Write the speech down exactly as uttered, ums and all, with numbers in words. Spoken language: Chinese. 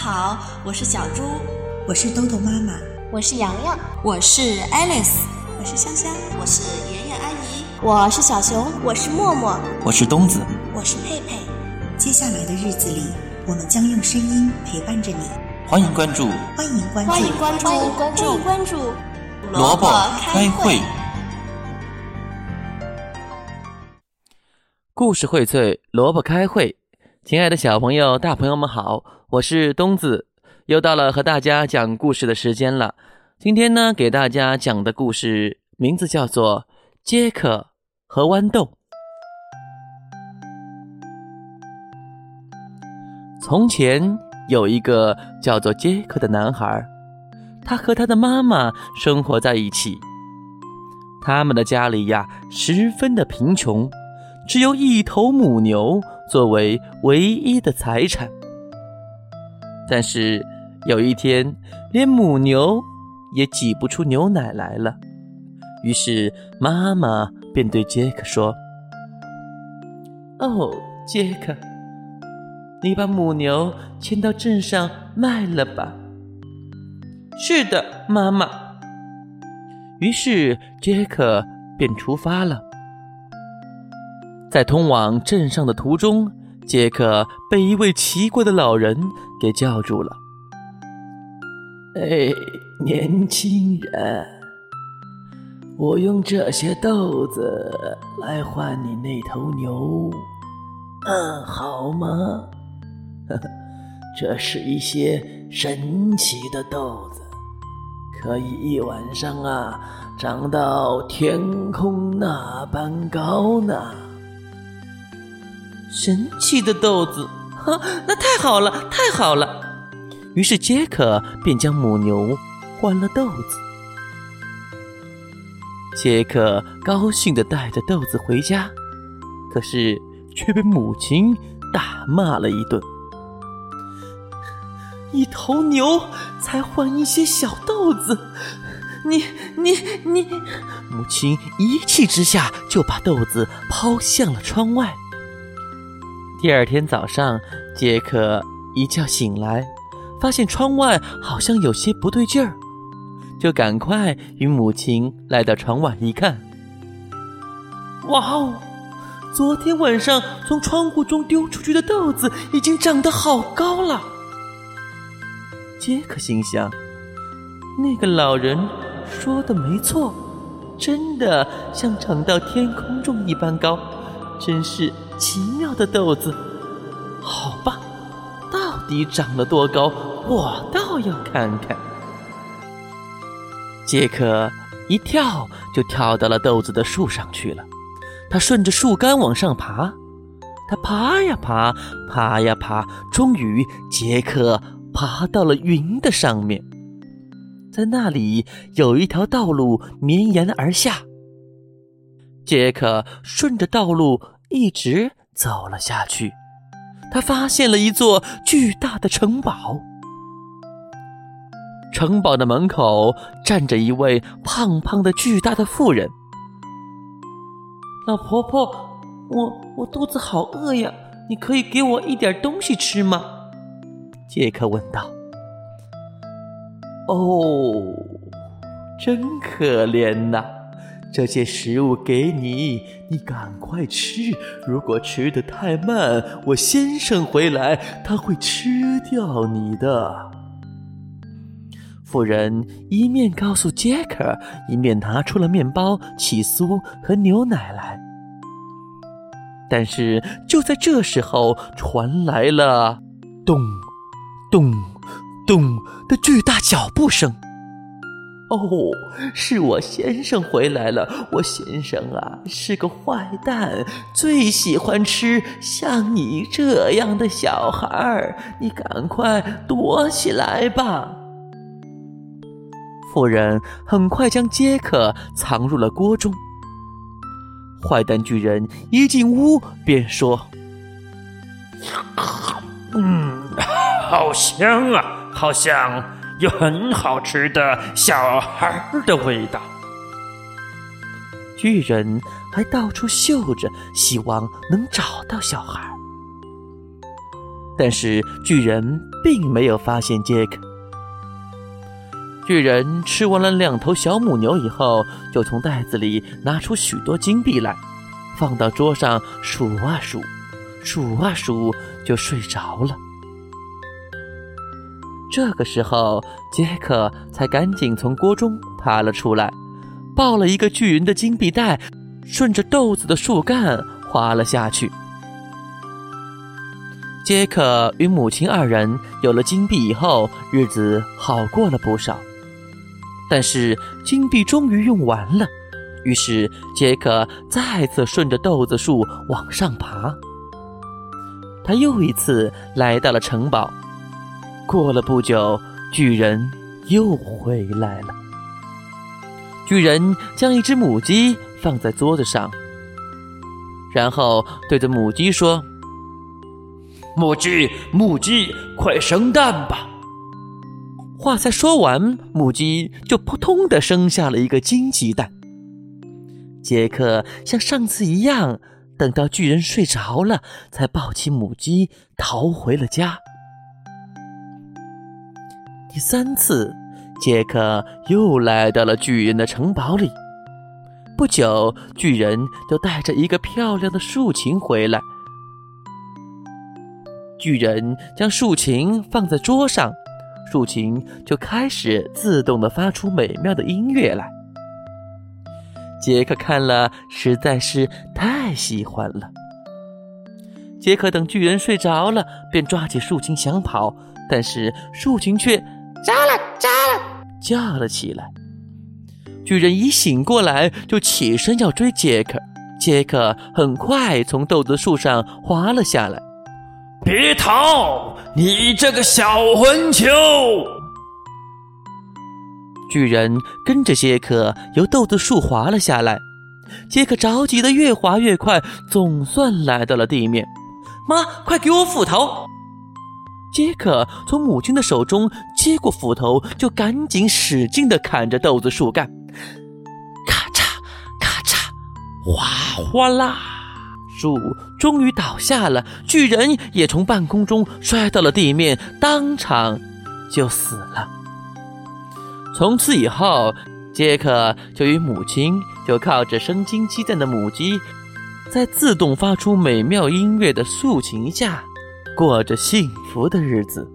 好，我是小猪， 我是豆豆妈妈， 我是洋洋， 我是 Alice， 我是香香， 我是妍妍阿姨， 我是小熊， 我是默默， 我是东子， 我是佩佩。 接下来的日子里，我们将用声音陪伴着你。 欢迎关注， 欢迎关注， 欢迎关注， 欢迎关注， 欢迎关注。 萝卜开会。 故事荟萃，萝卜开会。亲爱的小朋友、大朋友们好，我是东子，又到了和大家讲故事的时间了。今天呢，给大家讲的故事名字叫做《杰克和豌豆》。从前有一个叫做杰克的男孩，他和他的妈妈生活在一起。他们的家里呀，十分的贫穷，只有一头母牛作为唯一的财产。但是有一天，连母牛也挤不出牛奶来了，于是妈妈便对杰克说：哦，杰克，你把母牛牵到镇上卖了吧。是的，妈妈。于是杰克便出发了。在通往镇上的途中，杰克被一位奇怪的老人给叫住了。哎，年轻人，我用这些豆子来换你那头牛，嗯，好吗？这是一些神奇的豆子，可以一晚上啊长到天空那般高呢。神奇的豆子，哈，那太好了，太好了！于是杰克便将母牛换了豆子。杰克高兴地带着豆子回家，可是却被母亲大骂了一顿。一头牛才换一些小豆子，你你你！母亲一气之下就把豆子抛向了窗外。第二天早上，杰克一觉醒来，发现窗外好像有些不对劲儿，就赶快与母亲来到窗外一看。哇哦！昨天晚上从窗户中丢出去的豆子已经长得好高了。杰克心想，那个老人说的没错，真的像长到天空中一般高，真是奇妙的豆子。好吧，到底长了多高，我倒要看看。杰克一跳就跳到了豆子的树上去了。他顺着树干往上爬，他爬呀爬，爬呀爬，终于杰克爬到了云的上面。在那里有一条道路绵延而下，杰克顺着道路一直走了下去。他发现了一座巨大的城堡，城堡的门口站着一位胖胖的巨大的妇人。老婆婆，我我肚子好饿呀，你可以给我一点东西吃吗？杰克问道。哦，真可怜呐，这些食物给你，你赶快吃，如果吃得太慢，我先生回来他会吃掉你的。妇人一面告诉杰克，一面拿出了面包、起酥和牛奶来。但是就在这时候，传来了咚咚咚的巨大脚步声。哦，是我先生回来了。我先生啊是个坏蛋，最喜欢吃像你这样的小孩，你赶快躲起来吧。妇人很快将杰克藏入了锅中。坏蛋巨人一进屋便说： 嗯，好香啊，好像有很好吃的小孩的味道。 巨人还到处嗅着，希望能找到小孩。 但是巨人并没有发现杰克。巨人吃完了两头小母牛以后，就从袋子里拿出许多金币来，放到桌上数啊数，数啊数，就睡着了。这个时候，杰克才赶紧从锅中爬了出来，抱了一个巨人的金币袋，顺着豆子的树干滑了下去。杰克与母亲二人有了金币以后，日子好过了不少。但是金币终于用完了，于是杰克再次顺着豆子树往上爬。他又一次来到了城堡。过了不久，巨人又回来了。巨人将一只母鸡放在桌子上，然后对着母鸡说： 母鸡，母鸡，快生蛋吧！ 话才说完，母鸡就扑通地生下了一个金鸡蛋。杰克像上次一样，等到巨人睡着了，才抱起母鸡逃回了家。第三次，杰克又来到了巨人的城堡里。不久，巨人就带着一个漂亮的竖琴回来。巨人将竖琴放在桌上，竖琴就开始自动地发出美妙的音乐来。杰克看了实在是太喜欢了。杰克等巨人睡着了，便抓起竖琴想跑，但是竖琴却喳啦喳啦叫了起来。巨人一醒过来，就起身要追杰克。杰克很快从豆子树上滑了下来。 别逃，你这个小混球！ 巨人跟着杰克由豆子树滑了下来。杰克着急的越滑越快，总算来到了地面。妈，快给我斧头！杰克从母亲的手中接过斧头，就赶紧使劲地砍着豆子树干。咔嚓咔嚓，哗哗啦，树终于倒下了，巨人也从半空中摔到了地面，当场就死了。从此以后，杰克就与母亲就靠着生金鸡蛋的母鸡，在自动发出美妙音乐的竖琴下，过着幸福的日子。